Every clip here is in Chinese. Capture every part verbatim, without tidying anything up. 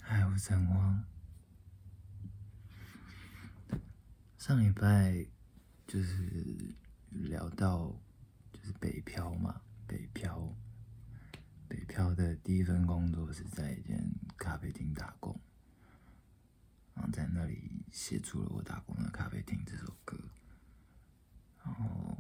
嗨，我是陈荒。上礼拜就是聊到就是北漂嘛，北漂，北漂的第一份工作是在一间咖啡厅打工，然后在那里写出了我打工的咖啡厅这首歌，然后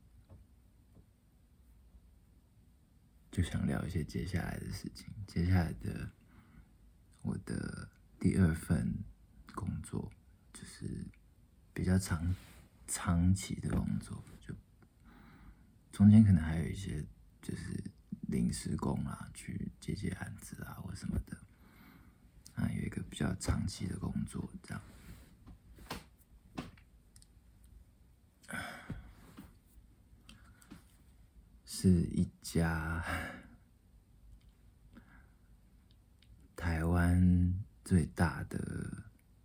就想聊一些接下来的事情。接下来的我的第二份工作就是比较长长期的工作，就中间可能还有一些就是临时工啊，去接接案子啊或什么的，啊，有一个比较长期的工作，这样。是一家台湾最大的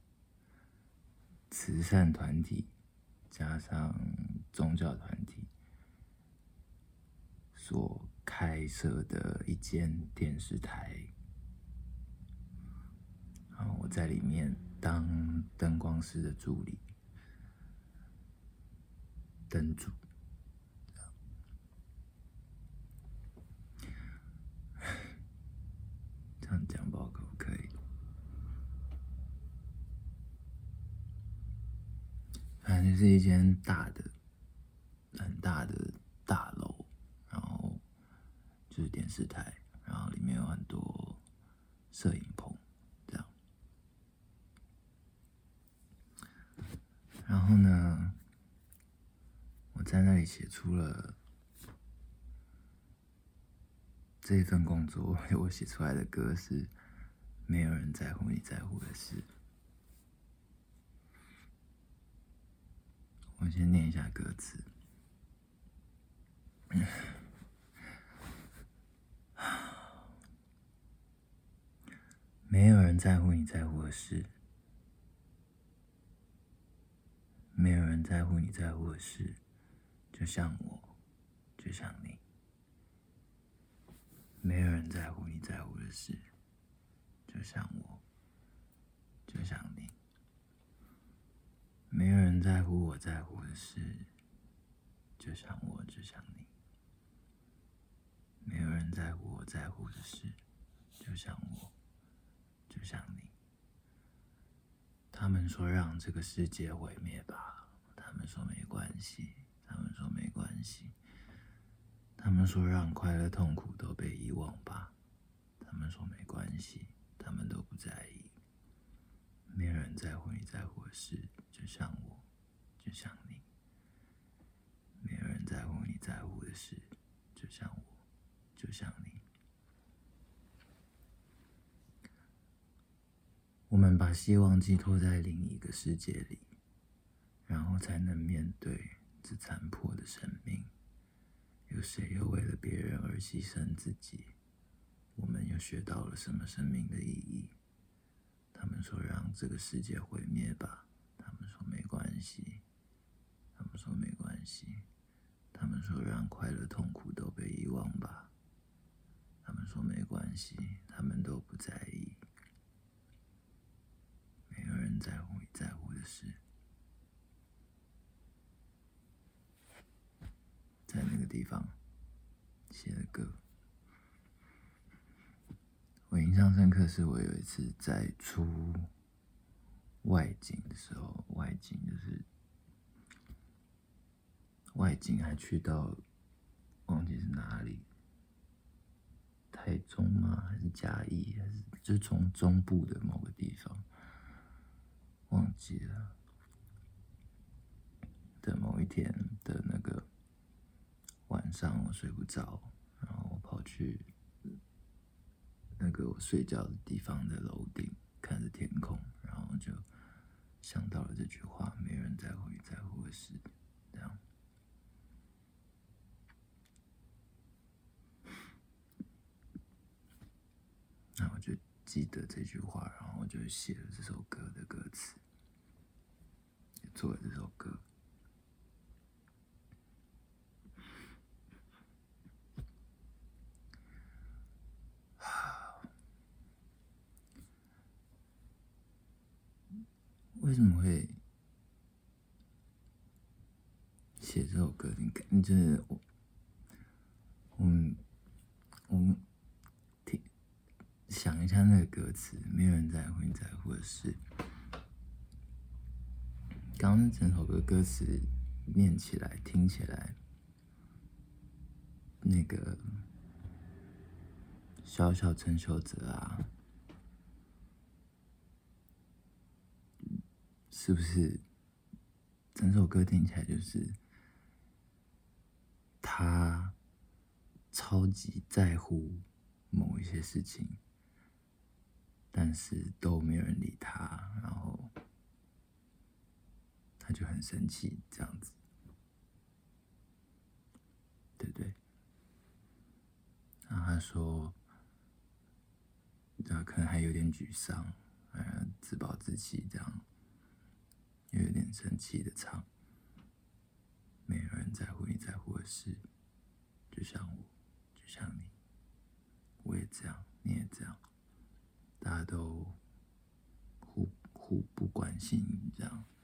慈善团体加上宗教团体所开设的一间电视台，然后我在里面当灯光师的助理，灯主。这样讲不知道可不可以？反正就是一间大的、很大的大楼，然后就是电视台，然后里面有很多摄影棚，这样。然后呢，我在那里写出了这一份工作，我写出来的歌是没有人在乎你在乎的事。我先念一下歌词。没有人在乎你在乎的事，没有人在乎你在乎的事，就像我，就像你。没有人在乎你在乎的事，就像我，就像你。没有人在乎我在乎的事，就像我，就像你。没有人在乎我在乎的事，就像我，就像你。他们说让这个世界毁灭吧，他们说没关系，他们说没关系。他们说让快乐痛苦都被遗忘吧，他们说没关系，他们都不在意。没有人在乎你在乎的事，就像我，就像你。没有人在乎你在乎的事，就像我，就像你。我们把希望寄托在另一个世界里，然后才能面对这残破的生命。有谁又为了别人而牺牲自己？我们又学到了什么生命的意义？他们说让这个世界毁灭吧，他们说没关系，他们说没关系。他们说让快乐痛苦都被遗忘吧，他们说没关系，他们都不在意。没有人在乎你在乎的事。在那个地方写的歌，我印象深刻是我有一次在出外景的时候，外景就是外景还去到忘记是哪里，台中吗？还是嘉义？还是就是从中部的某个地方，忘记了。的某一天的那个晚上，我睡不着，然后我跑去那个我睡觉的地方的楼顶，看着天空，然后就想到了这句话：没人在乎你在乎的事。这样，那我就记得这句话，然后我就写了这首歌的歌词，也做了这首歌。 为什么会写这首歌？你看，你真的，我，我们，我们听想一下那个歌词，没有人在乎你在乎的事。刚刚整首歌歌词念起来、听起来，那个小小陈秀哲啊，是不是？整首歌听起来就是他超级在乎某一些事情，但是都没有人理他，然后他就很生气，这样子，对不对？然后他说，呃，可能还有点沮丧，呃，自暴自弃，这样，又有点生气的唱，没有人在乎你在乎的事，就像我，就像你，我也这样，你也这样，大家都互互不关心，这样。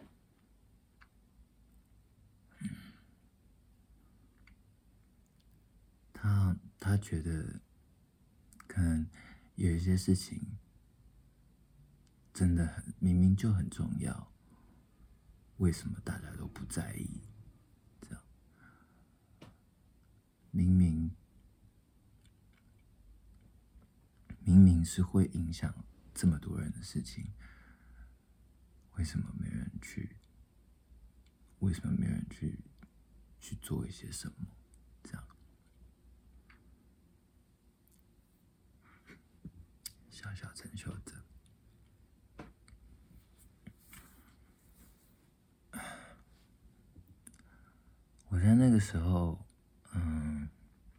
他他觉得，可能有一些事情真的很明明就很重要，为什么大家都不在意？这样明明明明是会影响这么多人的事情，为什么没人去？为什么没人去去做一些什么？这样，小小陈秀哲。我在那个时候，嗯，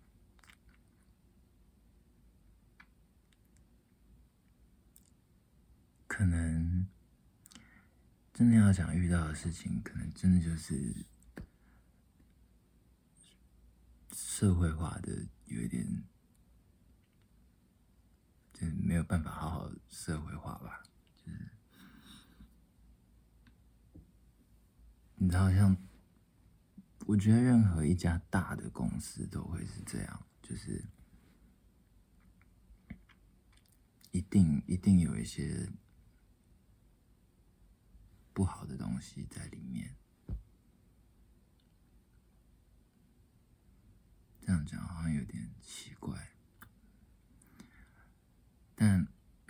可能真的要讲遇到的事情，可能真的就是社会化的有一点，就没有办法好好社会化吧。就是你知道，像我觉得任何一家大的公司都会是这样，就是一定一定有一些不好的东西在里面。这样讲好像有点奇怪，但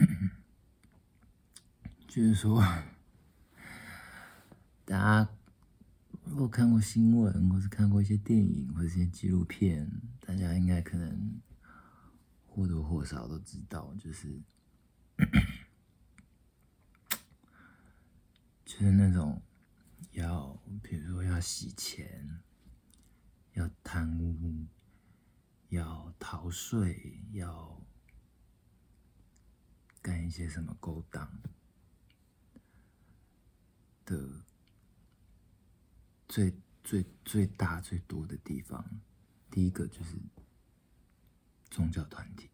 就是说，大家如果看过新闻，或是看过一些电影，或者一些纪录片，大家应该可能或多或少都知道，就是就是那种要，比如说要洗钱，要贪污，要逃税，要干一些什么勾当的最最最大最多的地方，第一个就是宗教团体，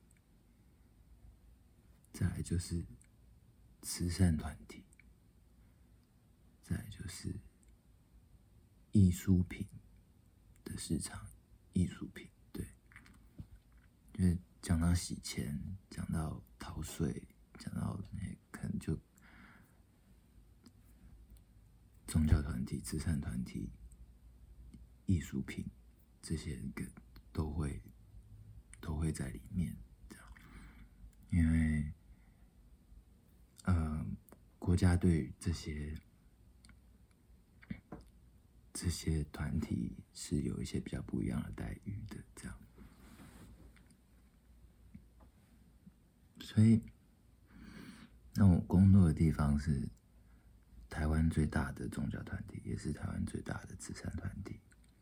再来就是慈善团体，再来就是艺术品的市场，艺术品，对，就是讲到洗钱，讲到逃税，讲到那可能就宗教团体、慈善团体、艺术品这些个都会都会在里面，这样，因为呃，国家对于这些这些团体是有一些比较不一样的待遇的，这样。所以，那我工作的地方是台湾最大的宗教团体，也是台湾最大的慈善团体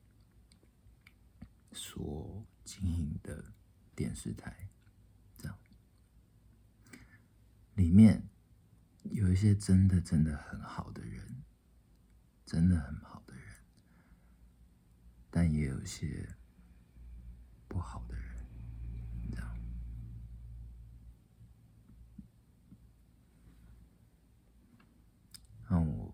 所经营的电视台，这样。里面有一些真的真的很好的人，真的很好的人，但也有一些不好的人，这样。那我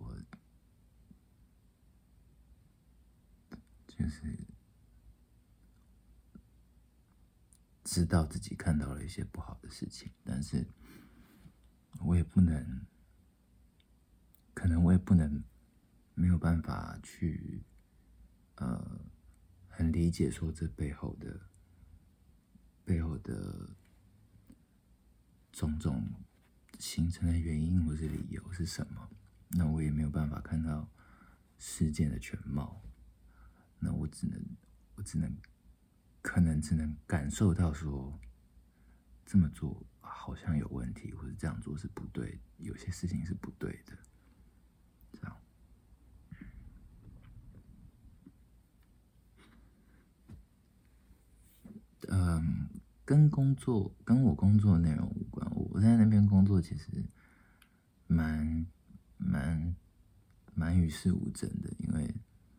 就是知道自己看到了一些不好的事情，但是我也不能，可能我也不能没有办法去呃很理解说这背后的背后的种种形成的原因或是理由是什么。那我也没有办法看到事件的全貌，那我只能我只能可能只能感受到说这么做好像有问题，或者这样做是不对，有些事情是不对的，这样。嗯，跟工作跟我工作内容无关。我在那边工作其实蛮蛮蛮与世无争的，因为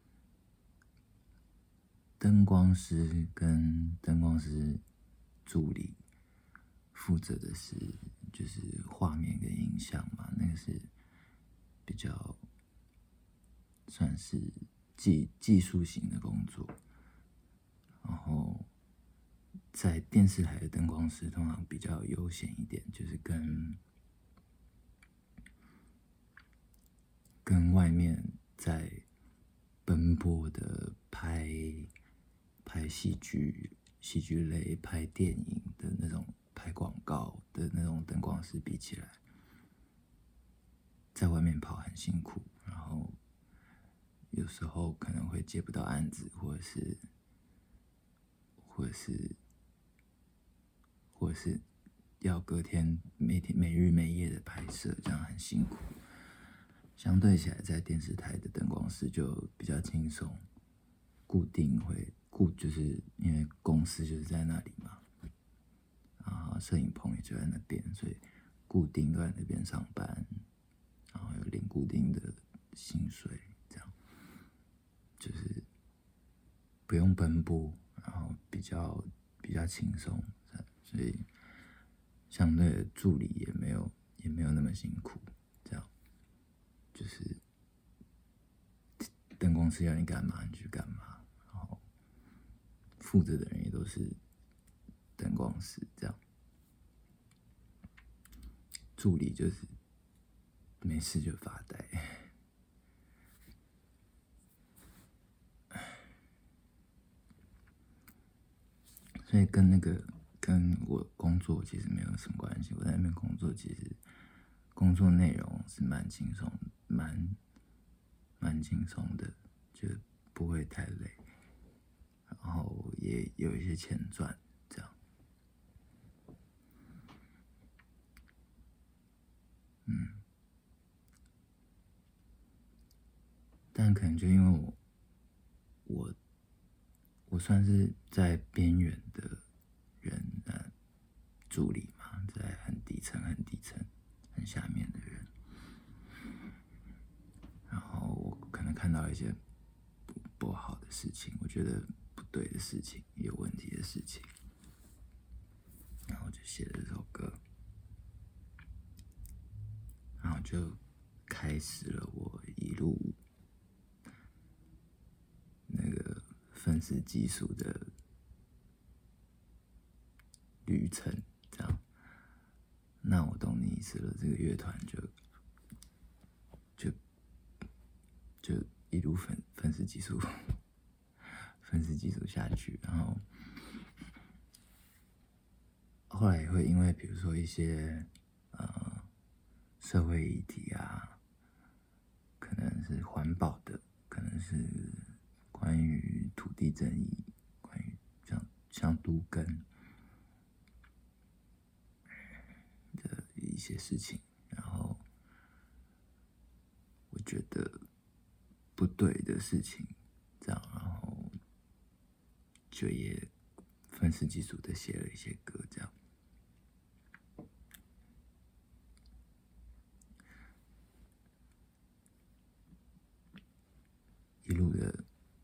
灯光师跟灯光师助理负责的是就是画面跟影像嘛，那个是比较算是技技术型的工作。然后在电视台的灯光师通常比较悠闲一点，就是跟跟外面在奔波的拍拍戏剧、戏剧类、拍电影的那种、拍广告的那种灯光师比起来，在外面跑很辛苦，然后有时候可能会接不到案子，或者是或者是或者是要隔天每天每日每夜的拍摄，这样很辛苦。相对起来，在电视台的灯光师就比较轻松，固定会固就是因为公司就是在那里嘛，然后摄影棚也就在那边，所以固定都在那边上班，然后有领固定的薪水，这样就是不用奔波，然后比较比较轻松，所以相对的助理也没有也没有那么辛苦，这样就是灯光师要你干嘛你去干嘛，然后负责的人也都是灯光师，这样助理就是没事就发呆。所以跟那个跟我工作其实没有什么关系。我在那边工作，其实工作内容是蛮轻松、蛮蛮轻松的，就不会太累，然后也有一些钱赚，这样。嗯，但可能就因为我我我算是在边缘的人，呃，助理嘛，在很底层、很底层、很下面的人，然后我可能看到一些不不好的事情，我觉得不对的事情，有问题的事情，然后就写了这首歌，然后就开始了我一路那个愤世嫉俗的旅程，这样。那我懂你意思了，这个乐团就就就一路愤愤世嫉俗，愤世嫉俗下去，然后后来也会因为比如说一些呃社会议题啊，可能是环保的，可能是关于土地争议，关于像像都更的一些事情，然后我觉得不对的事情，这样，然后就也愤世嫉俗的写了一些歌，这样。一路的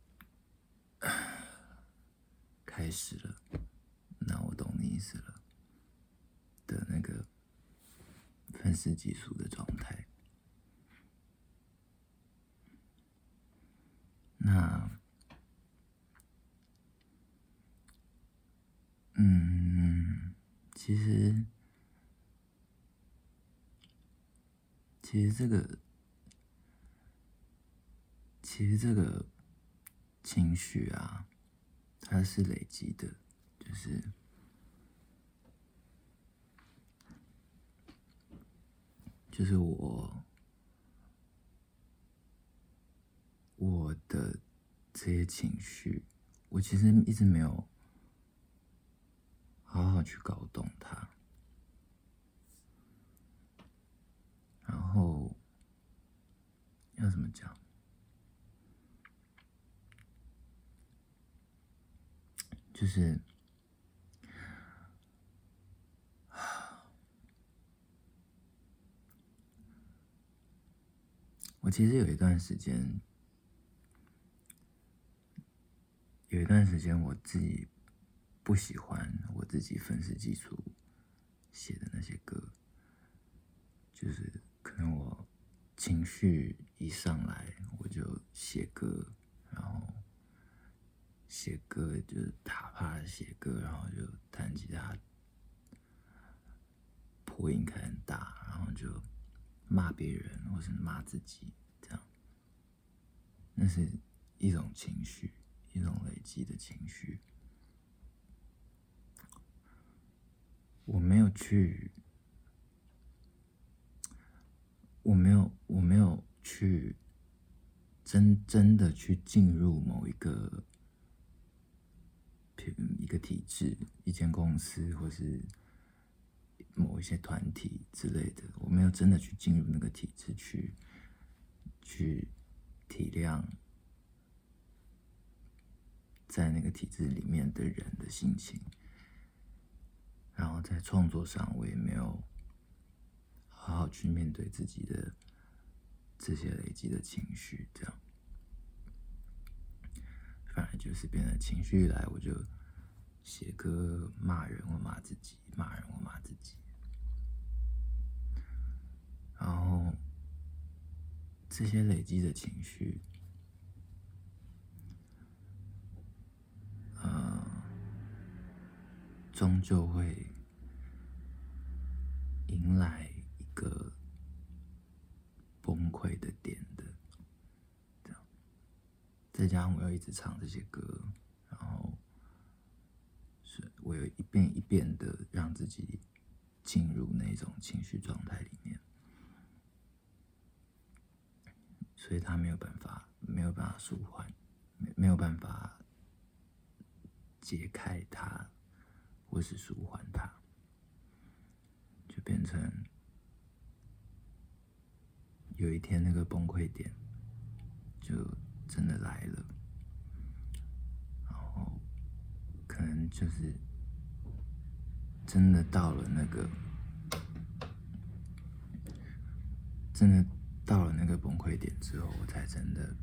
开始了，那我懂你意思了的那个愤世嫉俗的状态。那其实，其实这个，其实这个情绪啊，它是累积的，就是，就是我，我的这些情绪，我其实一直没有好好去搞懂它，然后要怎么讲？就是，我其实有一段时间，有一段时间我自己不喜欢我自己粉丝基础写的那些歌，就是可能我情绪一上来我就写歌，然后写歌就是塔帕写歌，然后就弹吉他，破音开很大，然后就骂别人或是骂自己，这样，那是一种情绪，一种累积的情绪。我没有去，我没有，我没有去真真的去进入某一个一个体制、一间公司，或是某一些团体之类的，我没有真的去进入那个体制去去体谅在那个体制里面的人的心情，然后在创作上，我也没有好好去面对自己的这些累积的情绪，这样，反而就是变成情绪一来我就写歌骂人或骂自己，骂人或骂自己，然后这些累积的情绪，呃，终究会迎来一个崩溃的点的。这样，再加上我要一直唱这些歌，然后是我有一遍一遍的让自己进入那种情绪状态里面，所以他没有办法，没有办法舒缓，没没有办法解开它，或是舒缓它，就变成有一天那个崩溃点就真的来了，然后可能就是真的到了那个，真的到了那个崩溃点之后，我才真的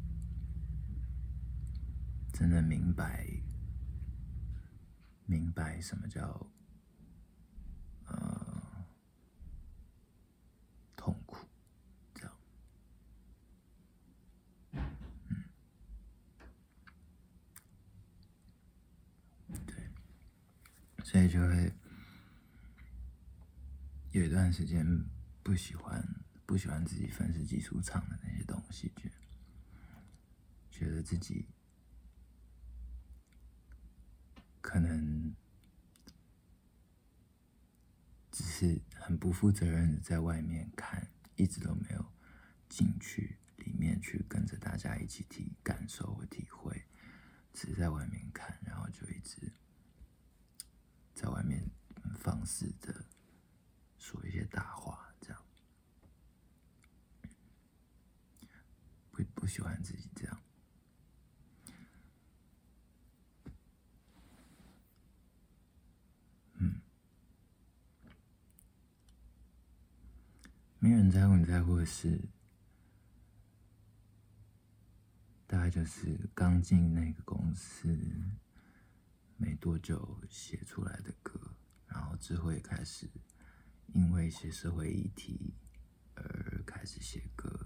真的明白，明白什么叫呃痛苦，这样，嗯，对，所以就会有一段时间不喜欢不喜欢自己粉丝基础唱的那些东西，觉觉得自己可能只是很不负责任的在外面看，一直都没有进去里面去跟着大家一起体感受和体会，只是在外面看，然后就一直在外面放肆的说一些大话，这样不不喜欢自己这样。嗯，没有人在乎你在乎的事，大概就是刚进那个公司没多久写出来的歌，然后之后也开始因为一些社会议题而开始写歌，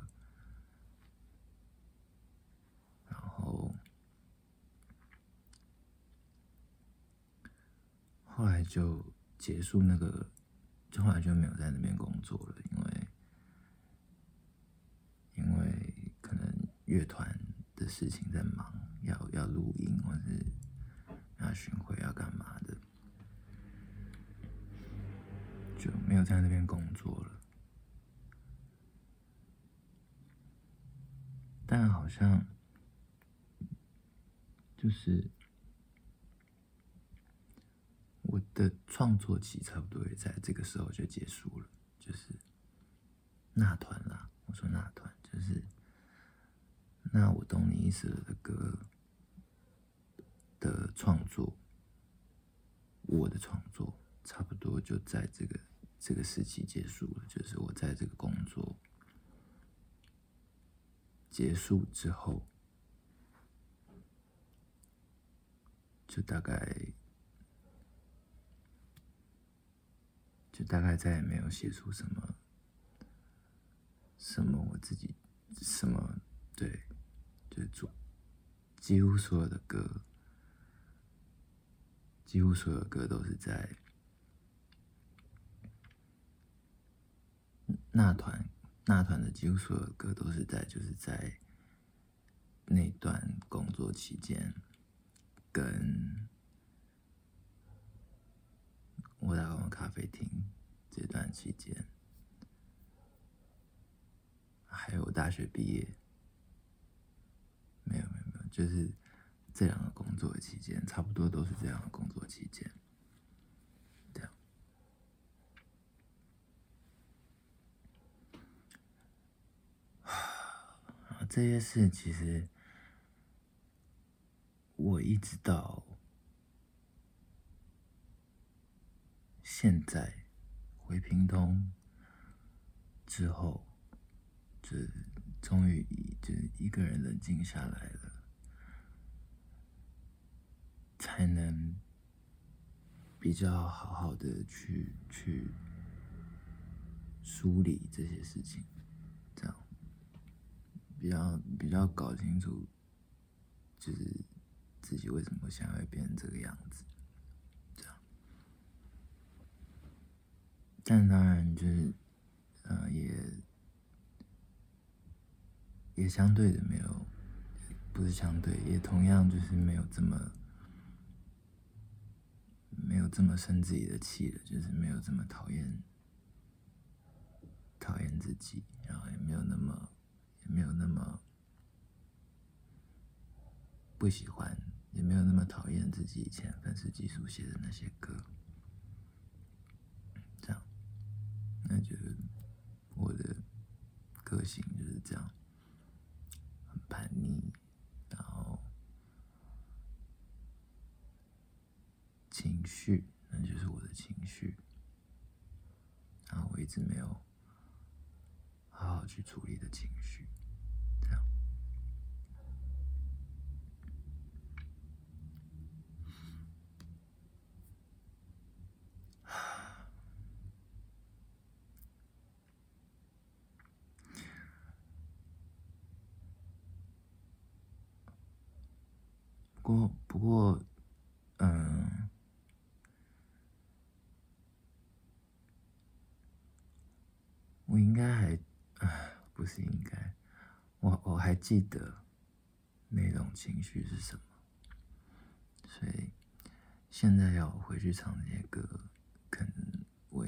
然后后来就结束那个，就后来就没有在那边工作了，因为因为可能乐团的事情在忙，要要录音或是要巡回要干嘛的，就没有在那边工作了。但好像就是我的创作期差不多也在这个时候就结束了，就是那团啦，我说那团就是那我懂你意思了的歌的创作，我的创作差不多就在这个这个时期结束了，就是我在这个工作结束之后，就大概就大概再也没有写出什么什么我自己什么对，就是做几乎所有的歌，几乎所有的歌都是在那团那团的几乎所有的歌都是在就是在那段工作期间，跟我打工的咖啡厅这段期间，还有大学毕业，没有没有没有，就是这两个工作的期间，差不多都是这样的工作期间，这样。这些事其实我一直到现在回屏东之后，就终于就一个人冷静下来了，才能比较好好的去去梳理这些事情，这样比较比较搞清楚，就是自己为什么想要变成这个样子，这样。但当然就是，呃，也也相对的没有，不是相对，也同样就是没有这么没有这么生自己的气了，就是没有这么讨厌讨厌自己，然后也没有那么也没有那么不喜欢，也没有那么讨厌自己以前粉丝技术写的那些歌，这样，那就是我的个性就是这样，很叛逆，然后情绪，那就是我的情绪，然后我一直没有好好去处理的情绪，这样。不过，不过，嗯，我应该还，啊，不是应该，我我还记得那种情绪是什么，所以现在要我回去唱这些歌，可能我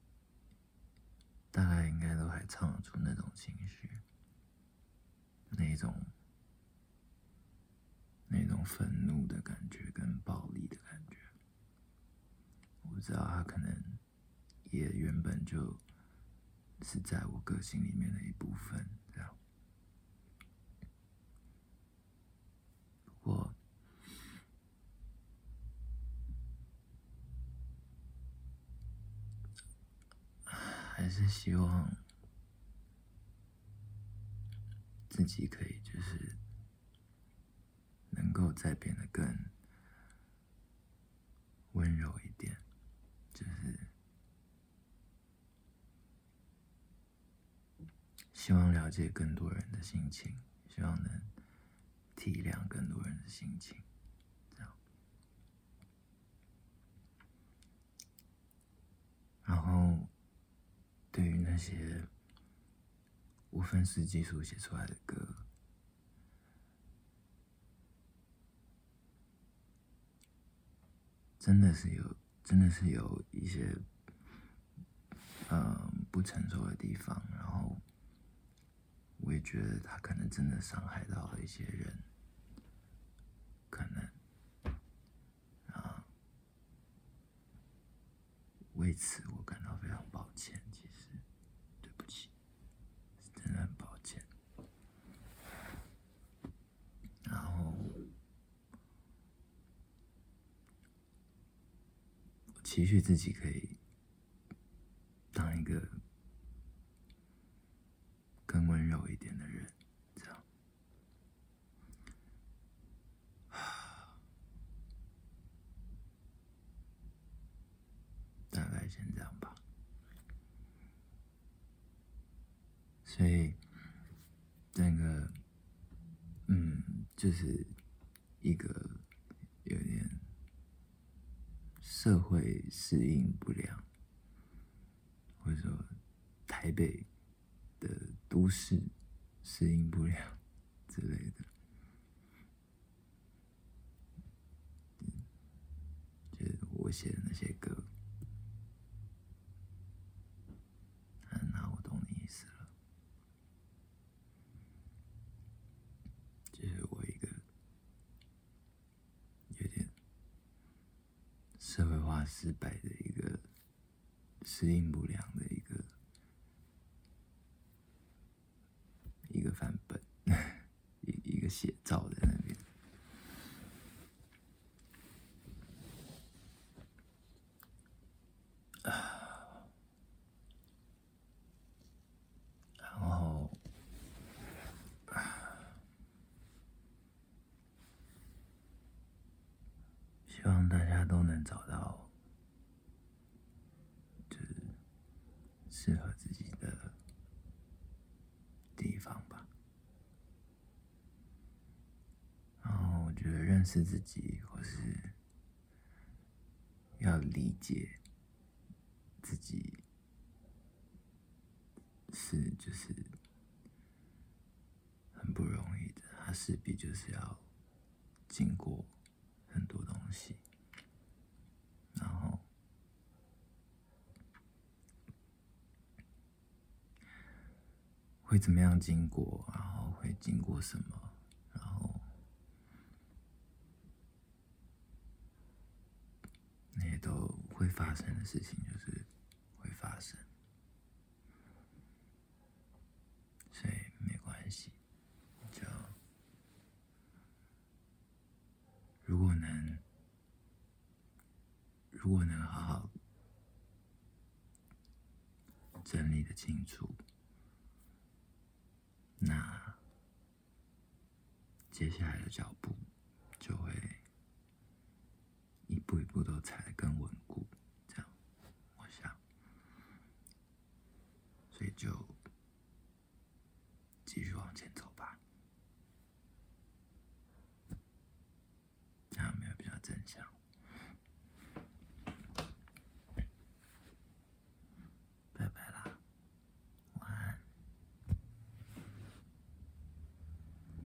大概应该都还唱得出那种情绪，那种那种愤怒的感觉跟暴力的感觉。我不知道他可能也原本就是在我个性里面的一部分，这样。不过，还是希望自己可以就是能够再变得更温柔一点，就是希望了解更多人的心情，希望能体谅更多人的心情，这样。 然后对于那些无分式技术写出来的歌，真的是有，真的是有一些呃不成熟的地方，然后我也觉得他可能真的伤害到了一些人，可能啊，为此我感到非常抱歉。其实，对不起，是真的很抱歉。然后，我期许自己可以当一个更温柔一点的人，这样。大概先这样吧。所以，那个，嗯，就是一个有点社会适应不良，或者说台北的都市适应不良之类的，就是我写的那些歌。嗯，那我懂你意思了。就是我一个有点社会化失败的一个适应不良的一个一个范本，一一个写照在那边。然后，希望大家都能找到就是适合自己的地方吧。然后我觉得认识自己，或是要理解自己，是就是很不容易的。它势必就是要经过很多东西，然后会怎么样经过，然后会经过什么，然后那些都会发生的事情，就是会发生，所以没关系。就如果能，如果能好好整理的清楚，那接下来的脚步就会一步一步都踩得更稳固，这样，我想，所以就继续往前走吧。这样有没有比较正向？